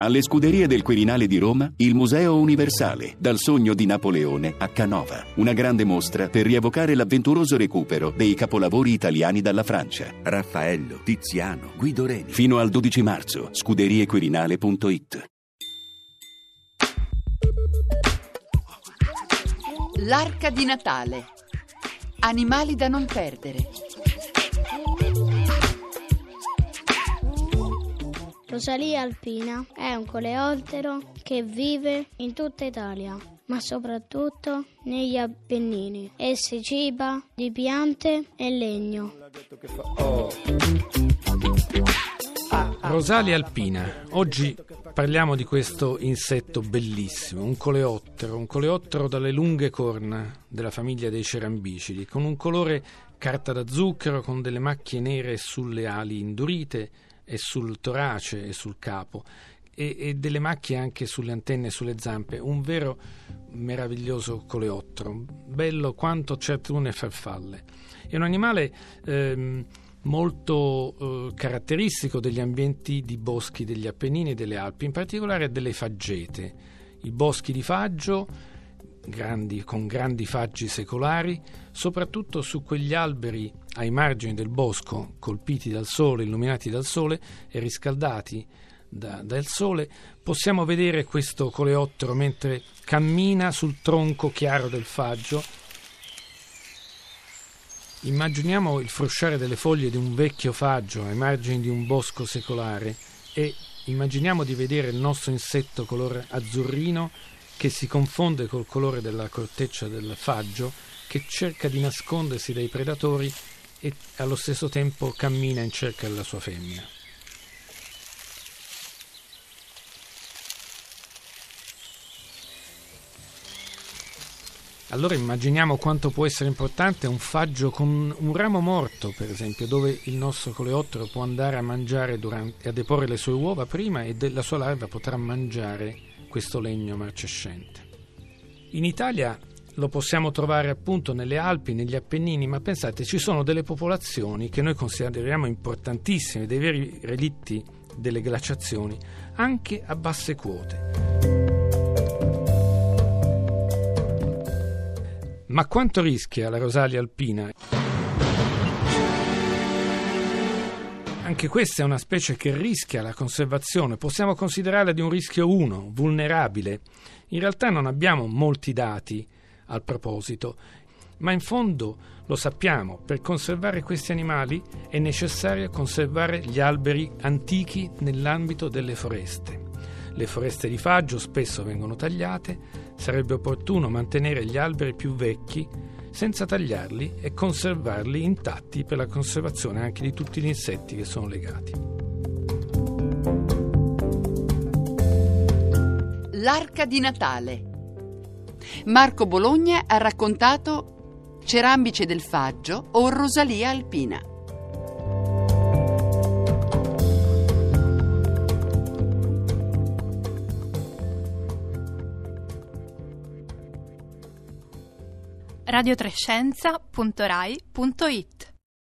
Alle Scuderie del Quirinale di Roma, il Museo Universale, dal sogno di Napoleone a Canova. Una grande mostra per rievocare l'avventuroso recupero dei capolavori italiani dalla Francia. Raffaello, Tiziano, Guido Reni. Fino al 12 marzo, scuderiequirinale.it. L'Arca di Natale. Animali da non perdere. Rosalia alpina è un coleottero che vive in tutta Italia, ma soprattutto negli Appennini, e si ciba di piante e legno. Rosalia alpina. Oggi parliamo di questo insetto bellissimo, un coleottero dalle lunghe corna della famiglia dei cerambicidi, con un colore carta da zucchero, con delle macchie nere sulle ali indurite e sul torace e sul capo e delle macchie anche sulle antenne e sulle zampe. Un vero meraviglioso coleottero, bello quanto certe lune farfalle. È un animale molto caratteristico degli ambienti di boschi degli Appennini e delle Alpi, in particolare delle faggete, i boschi di faggio con grandi faggi secolari, soprattutto su quegli alberi ai margini del bosco, colpiti dal sole, illuminati dal sole e riscaldati dal sole. Possiamo vedere questo coleottero mentre cammina sul tronco chiaro del faggio. Immaginiamo il frusciare delle foglie di un vecchio faggio ai margini di un bosco secolare e immaginiamo di vedere il nostro insetto color azzurrino che si confonde col colore della corteccia del faggio, che cerca di nascondersi dai predatori e allo stesso tempo cammina in cerca della sua femmina. Allora immaginiamo quanto può essere importante un faggio con un ramo morto, per esempio, dove il nostro coleottero può andare a mangiare e a deporre le sue uova prima e la sua larva potrà mangiare questo legno marcescente. In Italia lo possiamo trovare appunto nelle Alpi, negli Appennini, ma pensate, ci sono delle popolazioni che noi consideriamo importantissime, dei veri relitti delle glaciazioni, anche a basse quote. Ma quanto rischia la Rosalia alpina? Anche questa è una specie che rischia la conservazione, possiamo considerarla di un rischio 1, vulnerabile. In realtà non abbiamo molti dati al proposito, ma in fondo lo sappiamo, per conservare questi animali è necessario conservare gli alberi antichi nell'ambito delle foreste. Le foreste di faggio spesso vengono tagliate, sarebbe opportuno mantenere gli alberi più vecchi senza tagliarli e conservarli intatti per la conservazione anche di tutti gli insetti che sono legati. L'Arca di Natale. Marco Bologna ha raccontato Cerambice del Faggio o Rosalia alpina. radiotrescienza.rai.it